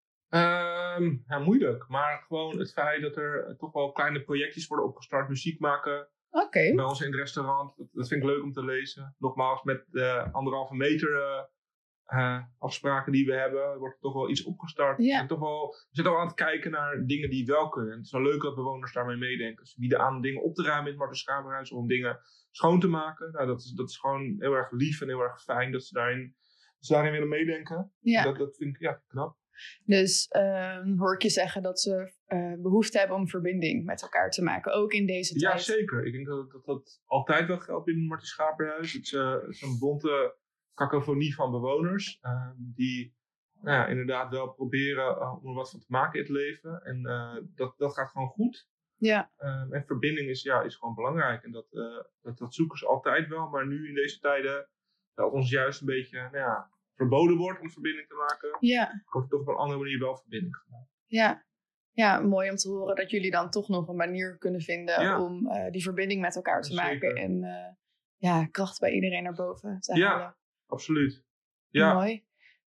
Moeilijk. Maar gewoon het feit dat er toch wel kleine projectjes worden opgestart. Muziek maken. Oké. Bij ons in het restaurant. Dat vind ik leuk om te lezen. Nogmaals, met de 1,5 meter afspraken die we hebben, wordt er toch wel iets opgestart. Ja. We zitten al aan het kijken naar dingen die wel kunnen. Het is wel leuk dat bewoners daarmee meedenken. Ze bieden aan dingen op te ruimen in het Maarten Schaaphuis, om dingen schoon te maken. Dat is gewoon heel erg lief en heel erg fijn dat ze daarin willen meedenken. Ja. Dat vind ik knap. Dus hoor ik je zeggen dat ze behoefte hebben om verbinding met elkaar te maken, ook in deze tijd? Ja, zeker. Ik denk dat altijd wel geldt in het Maarten Schaaphuis. Het is een bonte cacophonie van bewoners die inderdaad wel proberen om er wat van te maken in het leven. En dat gaat gewoon goed. Ja. En verbinding is gewoon belangrijk. En dat zoeken ze altijd wel. Maar nu in deze tijden dat ons juist een beetje verboden wordt om verbinding te maken. Ja. Wordt er toch op een andere manier wel verbinding gemaakt. Ja. Ja, mooi om te horen dat jullie dan toch nog een manier kunnen vinden om die verbinding met elkaar te maken. En kracht bij iedereen naar boven te halen. Ja, absoluut. Ja. Mooi.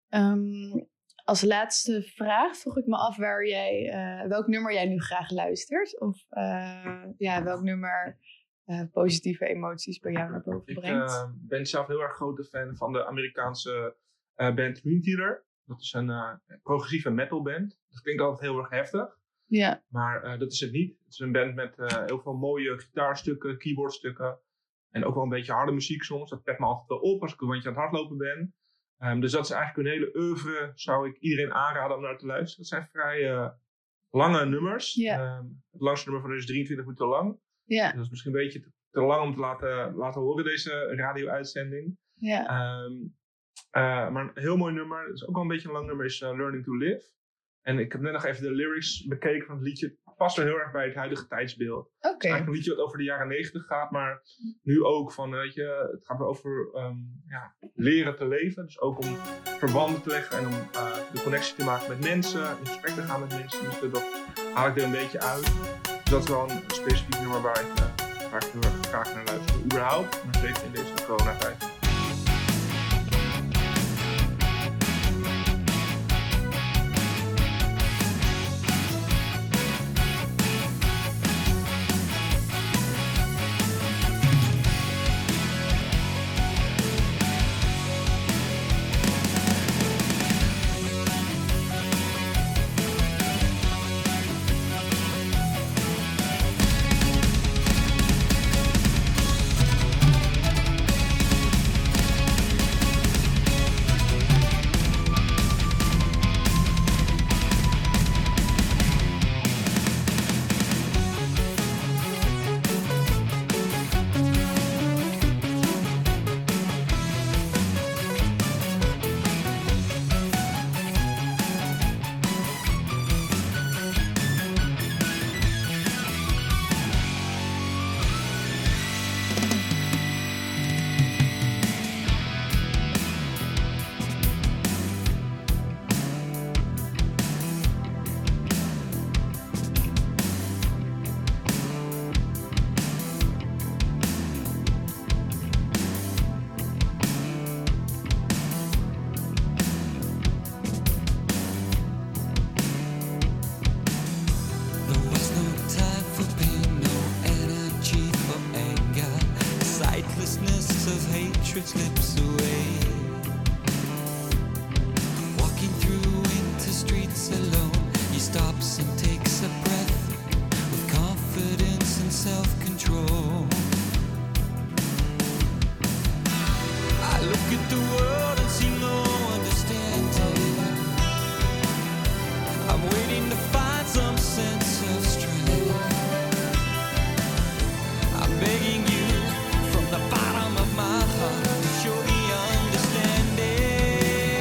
Als laatste vraag vroeg ik me af welk nummer jij nu graag luistert. Of welk nummer positieve emoties bij jou naar boven brengt. Ik ben zelf heel erg grote fan van de Amerikaanse band Moonteeler. Dat is een progressieve metalband. Dat klinkt altijd heel erg heftig. Ja. Maar dat is het niet. Het is een band met heel veel mooie gitaarstukken, keyboardstukken. En ook wel een beetje harde muziek soms. Dat pet me altijd wel op als ik een rondje aan het hardlopen ben. Dus dat is eigenlijk een hele oeuvre. Zou ik iedereen aanraden om naar te luisteren. Dat zijn vrij lange nummers. Ja. Het langste nummer van hun is 23 minuten lang. Ja. Dus dat is misschien een beetje te lang om te laten horen, deze radio-uitzending. Ja. Maar een heel mooi nummer. Dat is ook wel een beetje een lang nummer. Is Learning to Live. En ik heb net nog even de lyrics bekeken van het liedje. Het past wel heel erg bij het huidige tijdsbeeld. Het is eigenlijk een liedje wat over de jaren 90 gaat. Maar nu ook van, het gaat wel over leren te leven. Dus ook om verbanden te leggen. En om de connectie te maken met mensen. In gesprek te gaan met mensen. Dus dat haal ik er een beetje uit. Dus dat is wel een specifiek nummer waar ik heel erg graag naar luister. Überhaupt. Maar zeker in deze coronatijd. hatred slips away. Walking through winter streets alone, he stops and takes a breath with confidence and self-control. I look at the world and see no understanding. I'm waiting to find some sense of strength. I'm begging you from the bottom of my heart to show me understanding.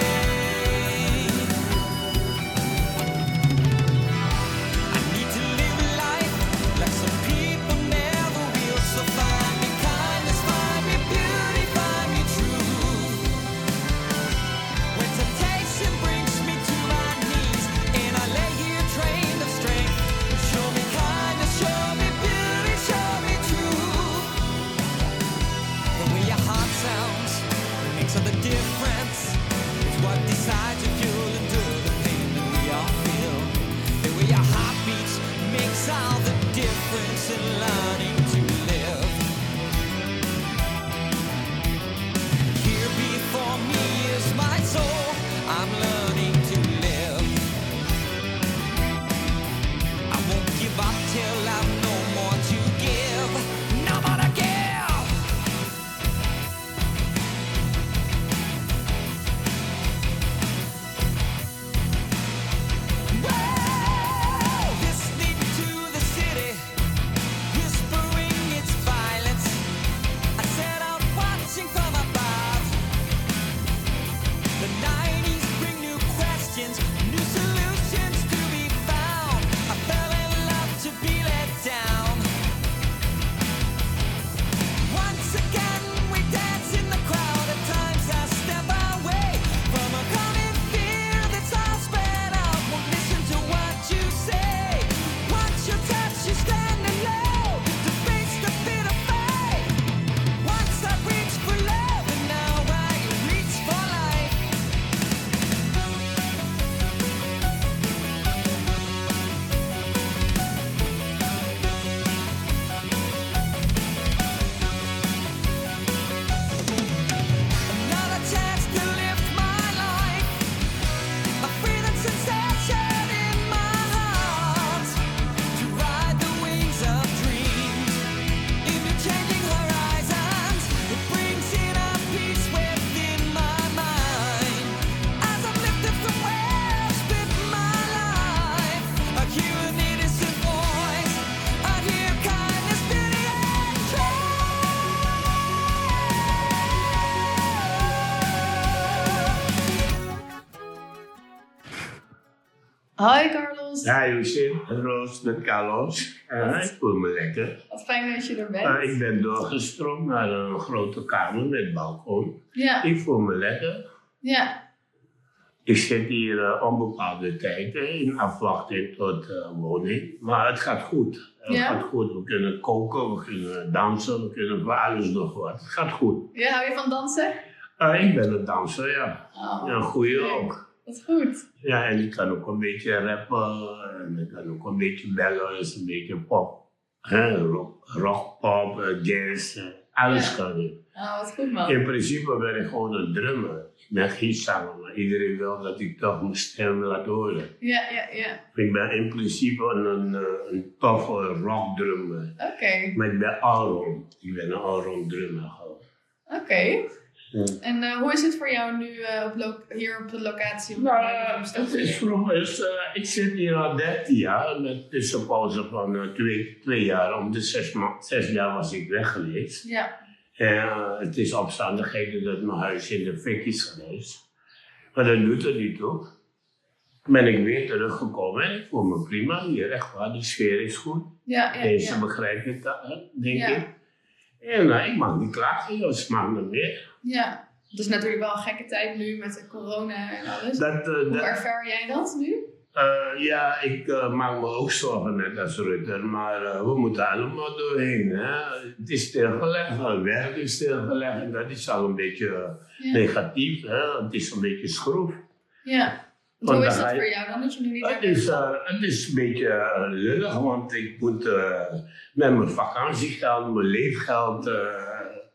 I need to live life like some people never will. So find me kindness, find me beauty, find me truth. When temptation brings me to my knees and I lay here drained of strength, show me kindness, show me beauty, show me truth. The way your heart sounds makes all the difference. It's what decides if you'll endure the pain that we all feel. The way your heart beats makes all the difference in learning to live. Here before me is my soul. I'm learning to live. I won't give up till I've no more to give. No more to give. Listening to the city, whispering its violence. I set out watching from above. The 90s bring new questions, new solutions to be found. I fell in love to be let down. Once again we dance in the crowd. At times I step away from a common fear that's all spread out. Won't listen to what you say. Once you touch, you're standing low to face the bitter fate. Once I reached for love, and now I reach for life. Another chance to lift my life, a freedom sensation in my heart, to ride the wings of dreams into changing horizons. It brings in a peace within my mind. As I'm lifted from where I've spent my life, I hear an innocent voice. I hear kindness, beauty, and truth. Hi Carlos. Ja, José, Roos met Carlos. Ik voel me lekker. Wat fijn dat je er bent. Ik ben doorgestroomd naar een grote kamer met balkon. Ja. Ik voel me lekker. Ja. Ik zit hier onbepaalde tijd in afwachting tot woning. Maar het gaat goed. Het Ja. gaat goed. We kunnen koken, we kunnen dansen, we kunnen voor alles nog wat. Het gaat goed. Ja, hou je van dansen? Ik ben een danser, ja. Oh, Ja, een goeie leuk. ook. Dat is goed. Ja, en ik kan ook een beetje rappen en ik kan ook een beetje bellen, dus een beetje pop. Rock, pop, jazz, alles kan ik. Oh, wat goed man. In principe ben ik gewoon een drummer. Ik ben geen zanger, maar iedereen wil dat ik toch mijn stem laat horen. Ja. Ik ben in principe een toffe rockdrummer. Oké. Maar ik ben allround. Ik ben een allround drummer gewoon. Oké. Ja. En hoe is het voor jou nu hier op de locatie? Het is vroeger, ik zit hier al 13 jaar met tussenpauze van 2 jaar. Om de 6 jaar was ik weg geweest. Ja. En het is omstandigheden dat mijn huis in de fik is geweest. Maar dat doet er niet toe. Ben ik weer teruggekomen en ik voel me prima hier, echt waar. De sfeer is goed. Ja. Mensen begrijpen het, denk ik. En ik mag niet klagen, joh. Smaakt me meer. Ja. Het is natuurlijk wel een gekke tijd nu met de corona en alles. Hoe ervaar jij dat nu? Ja, ik maak me ook zorgen net als Rutte, maar we moeten allemaal doorheen. Hè? Het is stilgelegd, het werk is stilgelegd en dat is al een beetje negatief. Hè? Het is een beetje schroef. Ja. Hoe is dat voor jou dan, dat je nu niet het is een beetje lullig, want ik moet met mijn vakantiegeld, mijn leefgeld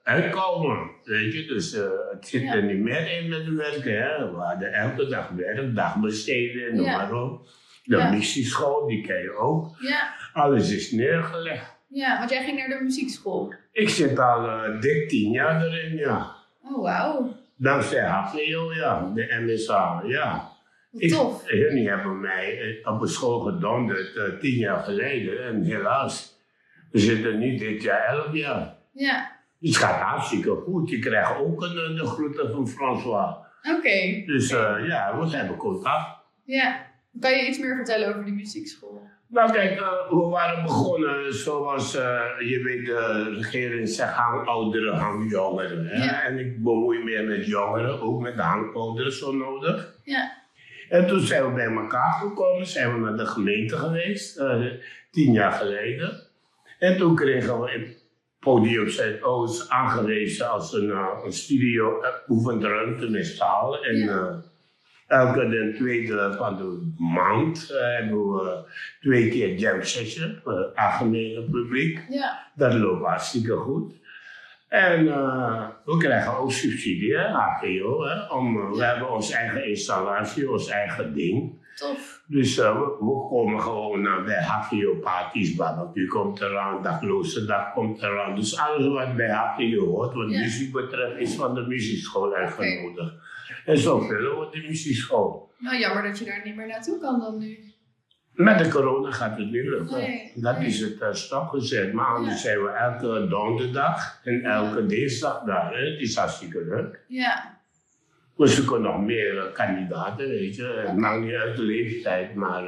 uitkomen. Weet je, dus het zit er niet meer in met werken. Hè. We hadden elke dag werk, dagbesteden, noem maar op. De muzikschool, die ken je ook. Ja. Alles is neergelegd. Ja, want jij ging naar de muziekschool. Ik zit al dik 10 jaar erin, ja. Oh, wauw. Dankzij HVO, ja. De MSA, ja. Tof. Jullie hebben mij op een school gedonderd 10 jaar geleden. En helaas, we zitten nu dit jaar 11 jaar. Ja. Het gaat hartstikke goed. Ik krijg ook de groeten van François. Oké. Dus ja, we hebben contact. Ja. Kan je iets meer vertellen over die muziekschool? Nou kijk, we waren begonnen zoals je weet, de regering zegt hang ouderen, hang jongeren. Hè? Ja. En ik bemoei me met jongeren, ook met de hangouderen zo nodig. Ja. En toen zijn we bij elkaar gekomen, zijn we naar de gemeente geweest, 10 jaar geleden. En toen kregen we het Podium Zuidoost aangewezen als een studio oefenruimte met zaal. En elke de tweede van de maand hebben we 2 keer jam session voor het algemene publiek. Ja. Dat loopt hartstikke goed. En we krijgen ook subsidie, HVO. We hebben onze eigen installatie, ons eigen ding. Tof. Dus we komen gewoon bij HVO-parties, barbecue komt eraan, dakloze dag komt eraan. Dus alles wat bij HVO hoort, wat muziek betreft, is van de muziekschool uitgenodigd. En zo vullen we de muziekschool. Nou, jammer dat je daar niet meer naartoe kan dan nu. Met de corona gaat het niet lukken. Nee, dat is het stopgezet. Maar anders zijn we elke donderdag en elke dinsdag daar. Hè. Het is hartstikke leuk. Ja. We zoeken nog meer kandidaten, weet je. Het maakt niet uit de leeftijd, maar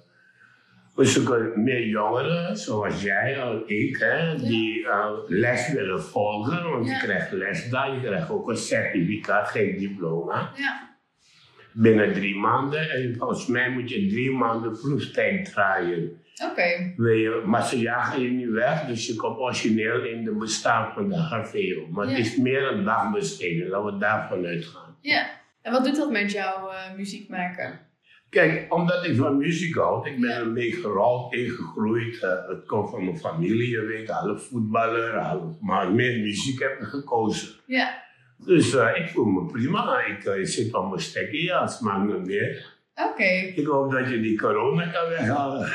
we zoeken meer jongeren, zoals jij of ik, hè, die les willen volgen. Want je krijgt les daar, je krijgt ook een certificaat, geen diploma. Ja. Binnen 3 maanden. En volgens mij moet je 3 maanden proeftijd draaien. Oké. Maar ze jagen je niet weg, dus je komt origineel in de bestaan van de HVO. Maar het is meer een dagbesteding, laten we daarvan uitgaan. Ja. En wat doet dat met jouw muziek maken? Kijk, omdat ik van muziek houd, ik ben ermee gerold, ingegroeid. Het komt van mijn familie, je weet, half voetballer, maar meer muziek heb ik gekozen. Ja. Dus ik voel me prima. Ik zit op mijn stekkie, ja, het maakt me meer. Oké. Ik hoop dat je die corona kan weghalen.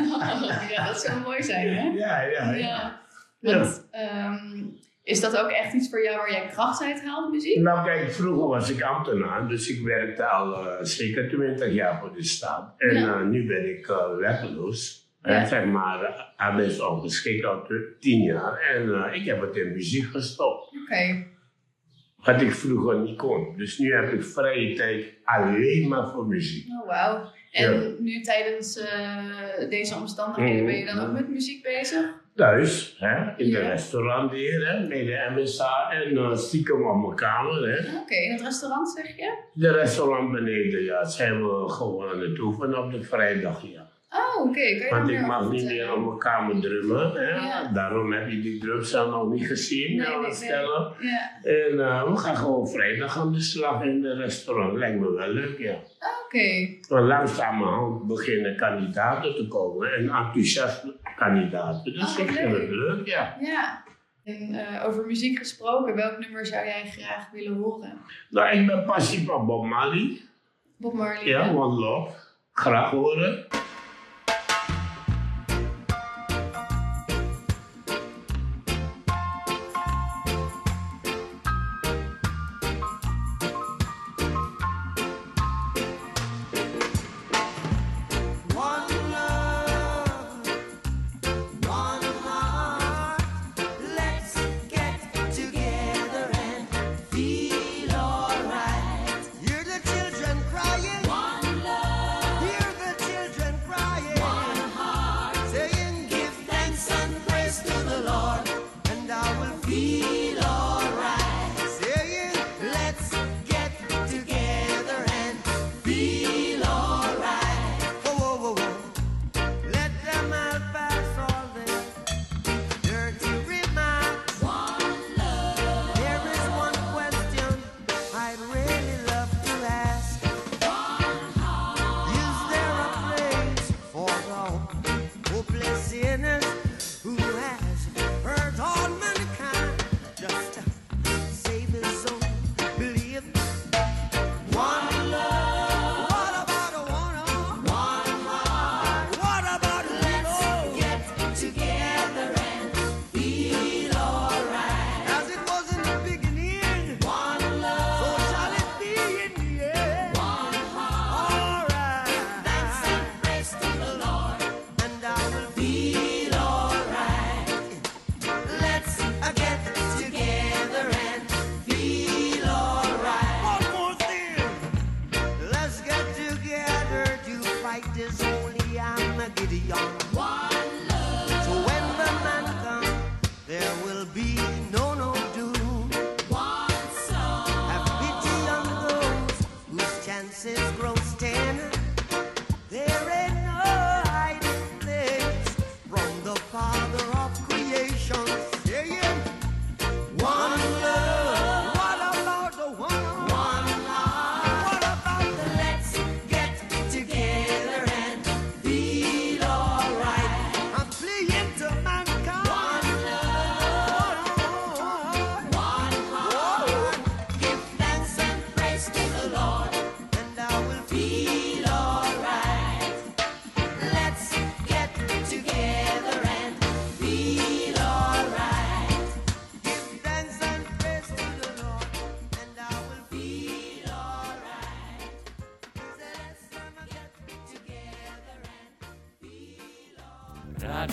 Ja, dat zou mooi zijn, hè? Ja. Want, is dat ook echt iets voor jou waar jij kracht uit haalt, muziek? Nou kijk, vroeger was ik ambtenaar, dus ik werkte al zeker 20 jaar voor de staat. En nu ben ik werkloos. Zeg maar, arbeidsongeschikt al 10 jaar. En ik heb het in muziek gestopt. Oké. Wat ik vroeger niet kon. Dus nu heb ik vrije tijd alleen maar voor muziek. Oh, wauw. En nu tijdens deze omstandigheden ben je dan ook met muziek bezig? Thuis, hè, in de restaurant hier, hè, bij de MSA en stiekem op mijn kamer. Oké, in het restaurant zeg je? De restaurant beneden, ja. Zijn we gewoon aan het oefenen op de vrijdag, ja. Oh, oké. Kan je Want daar ik meer mag over niet vertellen? meer op mijn kamer drummen. Hè? Ja. Daarom heb je die drumstel nog niet gezien. Nee. Stellen. Ja. En we gaan gewoon vrijdag aan de slag in het restaurant. Lijkt me wel leuk, ja. Oké. Maar langzamerhand beginnen kandidaten te komen en enthousiaste kandidaten. Dus ik vind het leuk, ja. Ja. En over muziek gesproken, welk nummer zou jij graag willen horen? Nou, ik ben passief op Bob Marley. Bob Marley. Ja, One Love. Graag horen. Hear the children crying. One love. Hear the children crying.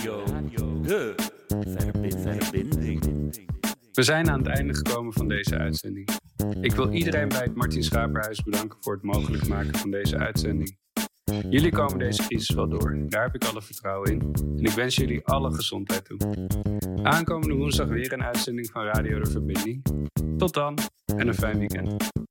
Radio, de verbinding. We zijn aan het einde gekomen van deze uitzending. Ik wil iedereen bij het Martin Schaperhuis bedanken voor het mogelijk maken van deze uitzending. Jullie komen deze crisis wel door, daar heb ik alle vertrouwen in. En ik wens jullie alle gezondheid toe. Aankomende woensdag weer een uitzending van Radio de Verbinding. Tot dan en een fijn weekend.